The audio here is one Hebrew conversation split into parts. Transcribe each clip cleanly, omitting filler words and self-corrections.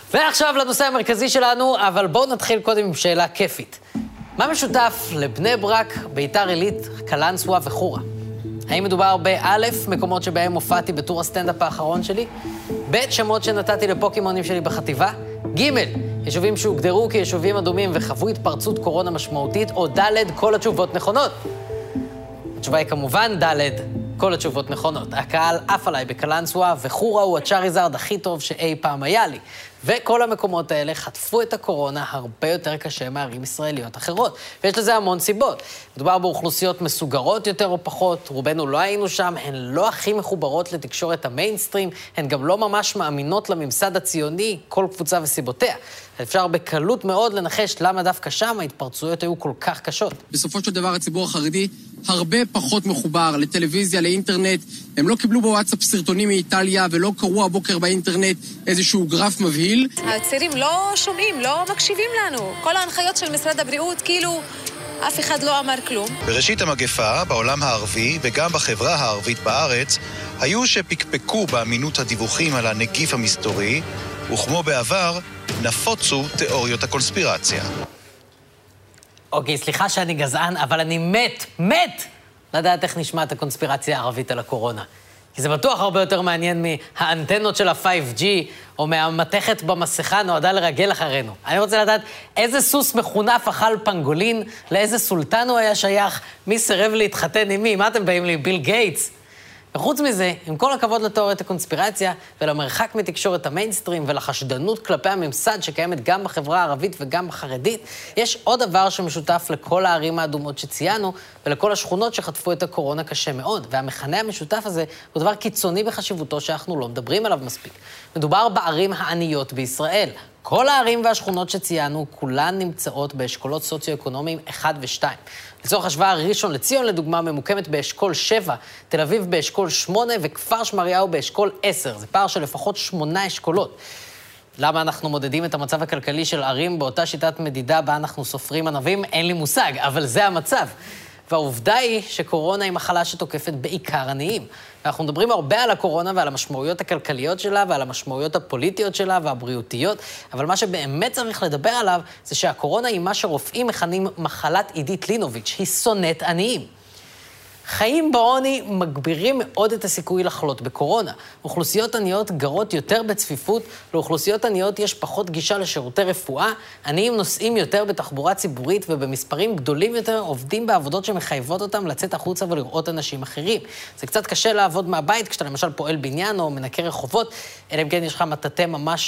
ועכשיו לנושא המרכזי שלנו, אבל בואו נתחיל קודם עם שאלה כיפית. מה משותף לבני ברק, ביתר עילית, קלנסווה וחורה? האם מדובר באלף מקומות שבהם הופעתי בטור הסטנדאפ האחרון שלי? ב' שמות שנתתי לפוקימונים שלי בחטיבה? ג' יישובים שהוגדרו כיישובים אדומים וחוו התפרצות קורונה משמעותית? או ד' כל התשובות נכונות? התשובה היא כמובן ד' כל התשובות נכונות. הקהל עף עליי בקלנסווה, וחורה הוא הצ'אריזארד הכי טוב שאי פעם היה לי. וכל המקומות האלה חטפו את הקורונה הרבה יותר קשה מערים ישראליות אחרות. ויש לזה המון סיבות. מדובר באוכלוסיות מסוגרות יותר או פחות, רובנו לא היינו שם, הן לא הכי מחוברות לתקשורת המיינסטרים, הן גם לא ממש מאמינות לממסד הציוני, כל קבוצה וסיבותיה. אפשר בקלות מאוד לנחש למה דווקא שם ההתפרצויות היו כל כך קשות. בסופו של דבר הציבור החרדי הרבה פחות מחובר לטלוויזיה, לאינטרנט. הם לא קיבלו בוואטסאפ סרטונים מאיטליה ולא קראו הבוקר באינטרנט איזשהו גרף מבהיל. הצעירים לא שומעים, לא מקשיבים לנו. כל ההנחיות של משרד הבריאות, כאילו אף אחד לא אמר כלום. בראשית המגפה, בעולם הערבי וגם בחברה הערבית בארץ, היו שפקפקו באמינות הדיווחים על הנגיף המסתורי, וכמו בעבר, נפוצו תיאוריות הקונספירציה. אוקיי, סליחה שאני גזען, אבל אני מת לדעת איך נשמעת הקונספירציה הערבית על הקורונה. כי זה בטוח הרבה יותר מעניין מהאנטנות של ה-5G, או מהמתכת במסכה נועדה לרגל אחרינו. אני רוצה לדעת איזה סוס מחונף אכל פנגולין, לאיזה סולטן הוא היה שייך, מי סירב להתחתן עם מי, מה אתם באים לי, ביל גייטס? וחוץ מזה, עם כל הכבוד לתיאוריית הקונספירציה, ולמרחק מתקשורת המיינסטרים, ולחשדנות כלפי הממסד שקיימת גם בחברה הערבית וגם בחרדית, יש עוד דבר שמשותף לכל הערים האדומות שציינו, ולכל השכונות שחטפו את הקורונה קשה מאוד. והמכנה המשותף הזה הוא דבר קיצוני בחשיבותו שאנחנו לא מדברים עליו מספיק. מדובר בערים העניות בישראל. כל הערים והשכונות שציינו, כולן נמצאות באשכולות סוציו-אקונומיים 1 ו-2. לצורך השוואה, ראשון לציון, לדוגמה, ממוקמת באשכול 7, תל אביב באשכול 8 וכפר שמריהו באשכול 10. זה פער של לפחות 8 אשכולות. למה אנחנו מודדים את המצב הכלכלי של ערים באותה שיטת מדידה בה אנחנו סופרים ענבים? אין לי מושג, אבל זה המצב. והעובדה היא שקורונה היא מחלה שתוקפת בעיקר עניים. ואנחנו מדברים הרבה על הקורונה ועל המשמעויות הכלכליות שלה ועל המשמעויות הפוליטיות שלה והבריאותיות, אבל מה שבאמת צריך לדבר עליו זה שהקורונה היא מה שרופאים מכנים מחלת עידית לינוביץ', היא שונאת עניים. חיים בעוני מגבירים מאוד את הסיכוי לחלות בקורונה. אוכלוסיות עניות גרות יותר בצפיפות, לאוכלוסיות עניות יש פחות גישה לשירותי רפואה, עניים נוסעים יותר בתחבורה ציבורית ובמספרים גדולים יותר עובדים בעבודות שמחייבות אותם לצאת החוצה ולראות אנשים אחרים. זה קצת קשה לעבוד מהבית כשאתה למשל פועל בניין או מנקה רחובות, אלא אם כן יש לך מטאטא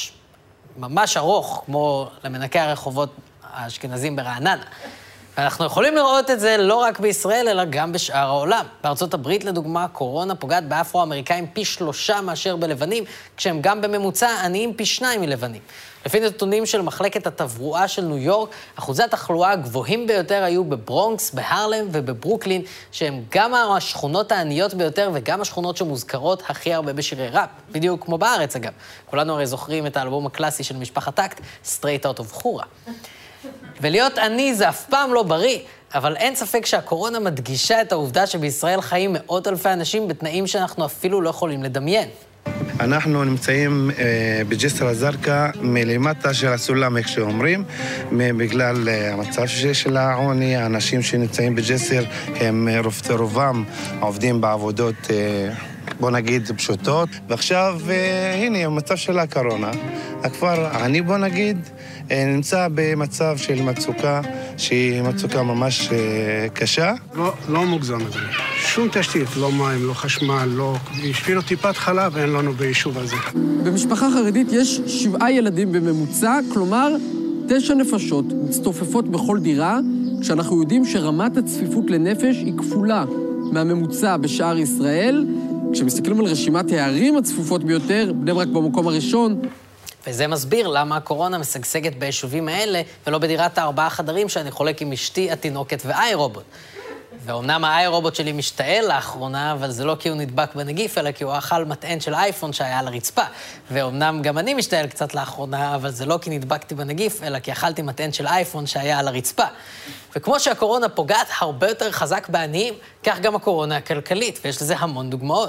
ממש ארוך, כמו למנקי הרחובות האשכנזים ברעננה. ואנחנו יכולים לראות את זה לא רק בישראל, אלא גם בשאר העולם. בארצות הברית, לדוגמה, קורונה פוגעת באפרו-אמריקאים פי 3 מאשר בלבנים, כשהם גם בממוצע עניים פי 2 מלבנים. לפי נתונים של מחלקת התברואה של ניו יורק, אחוזי התחלואה הגבוהים ביותר היו בברונקס, בהרלם ובברוקלין, שהם גם השכונות העניות ביותר וגם השכונות שמוזכרות הכי הרבה בשירי ראפ. בדיוק כמו בארץ, אגב. כולנו הרי זוכרים את האלבום הקלאסי של משפחת טקט, Straight Out of חורה. ולהיות עני זה אף פעם לא בריא, אבל אין ספק שהקורונה מדגישה את העובדה שבישראל חיים מאות אלפי אנשים בתנאים שאנחנו אפילו לא יכולים לדמיין. אנחנו נמצאים בג'סר א-זרקא מלמטה של הסולם, איך שאומרים, בגלל המצב של העוני. האנשים שנמצאים בג'סר הם רובם עובדים בעבודות, בוא נגיד, פשוטות. ועכשיו, הנה, המצב של הקורונה. הכפר העני, בוא נגיד, נמצא במצב של מצוקה, שהיא מצוקה ממש קשה. לא מוגזם את זה. שום תשתית, לא מים, לא חשמל, לא... אפילו טיפת חלב אין לנו ביישוב הזה. במשפחה חרדית יש 7 ילדים בממוצע, כלומר 9 נפשות מצטופפות בכל דירה, כשאנחנו יודעים שרמת הצפיפות לנפש היא כפולה מהממוצע בשאר ישראל. כשמסתכלים על רשימת הערים הצפופות ביותר, בני ברק במקום הראשון. וזה מסביר למה הקורונה משגשגת ביישובים האלה, ולא בדירת 4 חדרים שאני חולק עם אשתי, התינוקת ואיי-רובוט. ואומנם האיי-רובוט שלי משתעל לאחרונה, אבל זה לא כי הוא נדבק בנגיף, אלא כי הוא אכל מטען של אייפון שהיה על הרצפה. ואומנם גם אני משתעל קצת לאחרונה, אבל זה לא כי נדבקתי בנגיף, אלא כי אכלתי מטען של אייפון שהיה על הרצפה. וכמו שהקורונה פוגעת הרבה יותר חזק בעניים, כך גם הקורונה הכלכלית, ויש לזה המון דוגמאות.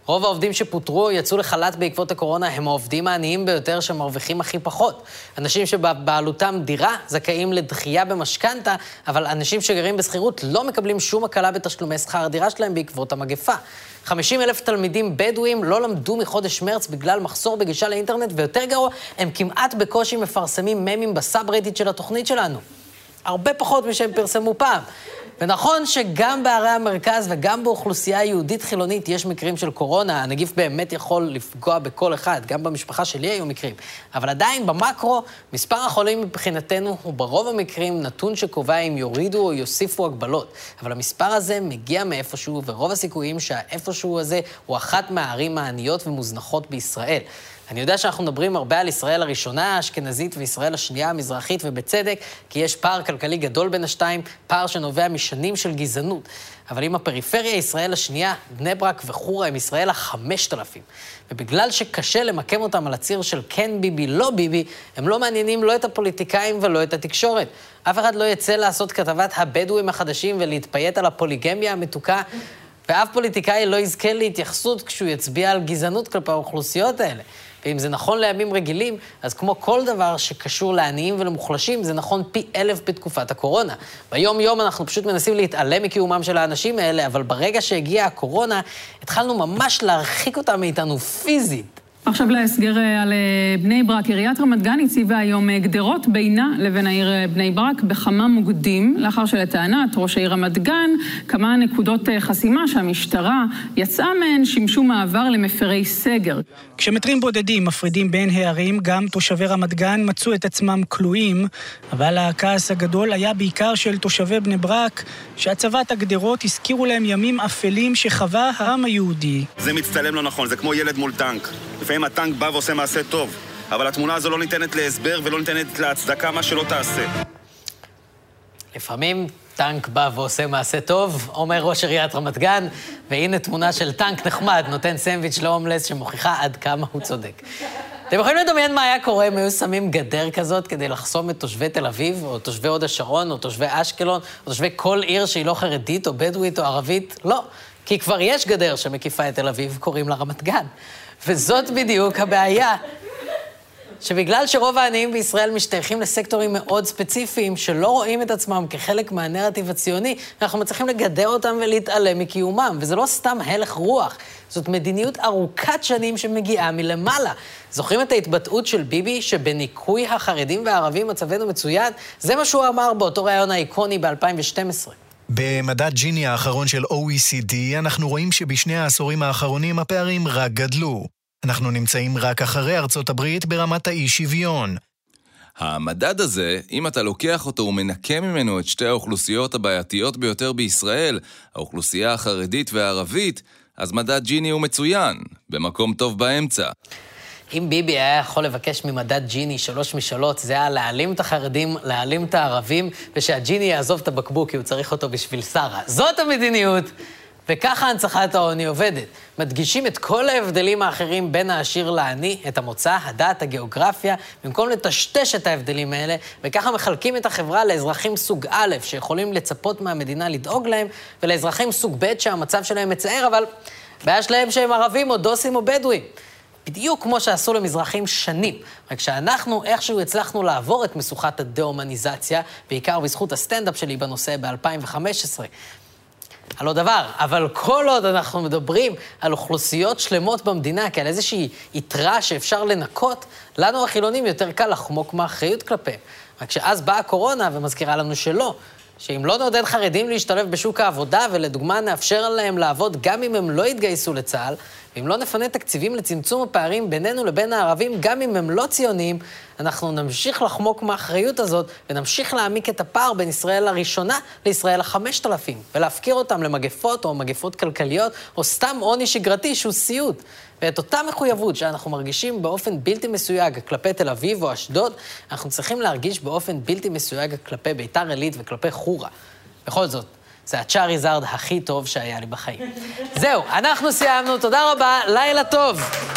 רוב העובדים שפוטרו יצאו לחל"ת בעקבות הקורונה הם העובדים העניים ביותר שמרוויחים הכי פחות. אנשים שבבעלותם דירה זכאים לדחייה במשכנתה, אבל אנשים שגרים בשכירות לא מקבלים שום הקלה בתשלומי שכר הדירה שלהם בעקבות המגפה. 50,000 תלמידים בדואים לא למדו מחודש מרץ בגלל מחסור בגישה לאינטרנט, ויותר גרוע, הם כמעט בקושי מפרסמים ממים בסאב-רדיט של התוכנית שלנו. הרבה פחות משהם פרסמו פעם. ונכון שגם בערי המרכז וגם באוכלוסייה יהודית חילונית יש מקרים של קורונה, הנגיף באמת יכול לפגוע בכל אחד, גם במשפחה שלי היו מקרים. אבל עדיין במקרו, מספר החולים מבחינתנו הוא ברוב המקרים נתון שקובע אם יורידו או יוסיפו הגבלות. אבל המספר הזה מגיע מאיפשהו, ורוב הסיכויים שהאיפשהו הזה הוא אחת מהערים העניות ומוזנחות בישראל. אני יודע שאנחנו מדברים הרבה על ישראל הראשונה, האשכנזית, וישראל השנייה המזרחית, ובצדק, כי יש פער כלכלי גדול בין השתיים, פער שנובע משנים של גזענות. אבל אם הפריפריה ישראל השנייה, בני ברק וחורה הם ישראל ה-5,000. ובגלל שקשה למקם אותם על הציר של כן ביבי, לא ביבי, הם לא מעניינים לא את הפוליטיקאים ולא את התקשורת. אף אחד לא יצא לעשות כתבת הבדואים החדשים ולהתפייט על הפוליגמיה המתוקה, ואף פוליטיקאי לא יזכה להתייחסות כשהוא יצביע על גזענות כלפי האוכלוסיות האלה. ואם זה נכון לימים רגילים, אז כמו כל דבר שקשור לעניים ולמוחלשים, זה נכון פי 1000 בתקופת הקורונה. ביום-יום אנחנו פשוט מנסים להתעלם מקיומם של האנשים האלה, אבל ברגע שהגיעה הקורונה, התחלנו ממש להרחיק אותם מאיתנו פיזית. עכשיו להסגר על בני ברק. עיריית רמת גן הציבה היום גדרות בינה לבין העיר בני ברק בכמה מוקדים, לאחר שלטענת ראש העיר רמת גן, כמה נקודות חסימה שהמשטרה יצאה מהן שימשו מעבר למפרי סגר. כשמטרים בודדים מפרידים בין הערים, גם תושבי רמת גן מצאו את עצמם כלואים, אבל הכעס הגדול היה בעיקר של תושבי בני ברק, שהצבת הגדרות הזכירו להם ימים אפלים שחווה העם היהודי. זה מצטלם לא נכון, זה כמו ילד מול טנק. לפעמים הטנק בא ועושה מעשה טוב, אבל התמונה הזו לא ניתנת להסבר ולא ניתנת להצדקה מה שלא תעשה. לפעמים טנק בא ועושה מעשה טוב, אומר ראש עיריית רמת גן, והנה תמונה של טנק נחמד, נותן סנדוויץ' להומלס שמוכיחה עד כמה הוא צודק. אתם יכולים לדמיין מה היה קורה אם היו שמים גדר כזאת כדי לחסום את תושבי תל אביב, או תושבי הוד השרון, או תושבי אשקלון, או תושבי כל עיר שהיא לא חרדית, או בדואית, או ערבית? לא, כי כבר יש גדר שמקיפה את תל אביב, קוראים לה רמת גן. וזאת בדיוק הבעיה, שבגלל שרוב העניים בישראל משתייכים לסקטורים מאוד ספציפיים, שלא רואים את עצמם כחלק מהנרטיב הציוני, אנחנו מצליחים לגדר אותם ולהתעלם מקיומם, וזה לא סתם הלך רוח, זאת מדיניות ארוכת שנים שמגיעה מלמעלה. זוכרים את ההתבטאות של ביבי, שבניקוי החרדים והערבים מצבנו מצוין? זה מה שהוא אמר באותו ראיון האיקוני ב-2012. במדד ג'יני האחרון של OECD אנחנו רואים שבשני העשורים האחרונים הפערים רק גדלו. אנחנו נמצאים רק אחרי ארצות הברית ברמת האי שוויון. המדד הזה, אם אתה לוקח אותו ומנקה ממנו את שתי האוכלוסיות הבעייתיות ביותר בישראל, האוכלוסייה החרדית והערבית, אז מדד ג'יני הוא מצוין, במקום טוב באמצע. אם ביבי היה יכול לבקש ממדד ג'יני 3 משאלות, זה היה להעלים את החרדים, להעלים את הערבים, ושהג'יני יעזוב את הבקבוק, כי הוא צריך אותו בשביל שרה. זאת המדיניות, וככה הנצחת העוני עובדת. מדגישים את כל ההבדלים האחרים בין העשיר לעני, את המוצא, הדת, הגיאוגרפיה, במקום לטשטש את ההבדלים האלה, וככה מחלקים את החברה לאזרחים סוג א', שיכולים לצפות מהמדינה לדאוג להם, ולאזרחים סוג ב' שהמצב שלהם מצער, אבל בעיה שלהם שהם ערבים או דוסים או בדואים. בדיוק כמו שעשו למזרחים שנים, רק שאנחנו איכשהו הצלחנו לעבור את משוכת הדה-הומניזציה, בעיקר בזכות הסטנדאפ שלי בנושא ב-2015. על עוד דבר, אבל כל עוד אנחנו מדברים על אוכלוסיות שלמות במדינה, כעל איזושהי יתרה שאפשר לנקות, לנו החילונים יותר קל לחמוק מאחריות כלפיהם. רק שאז באה הקורונה ומזכירה לנו שלא, שאם לא נעודד חרדים להשתלב בשוק העבודה, ולדוגמה נאפשר להם לעבוד גם אם הם לא יתגייסו לצה"ל, ואם לא נפנה תקציבים לצמצום הפערים בינינו לבין הערבים, גם אם הם לא ציוניים, אנחנו נמשיך לחמוק מהאחריות הזאת, ונמשיך להעמיק את הפער בין ישראל הראשונה לישראל ה-5,000, ולהפקיר אותם למגפות או מגפות כלכליות, או סתם עוני שגרתי שהוא סיוט. ואת אותה מחויבות שאנחנו מרגישים באופן בלתי מסויג כלפי תל אביב או אשדוד, אנחנו צריכים להרגיש באופן בלתי מסויג כלפי ביתר עילית וכלפי חורה. בכל זאת, זה הצ'אריזארד הכי טוב שהיה לי בחיים. זהו, אנחנו סיימנו, תודה רבה, לילה טוב.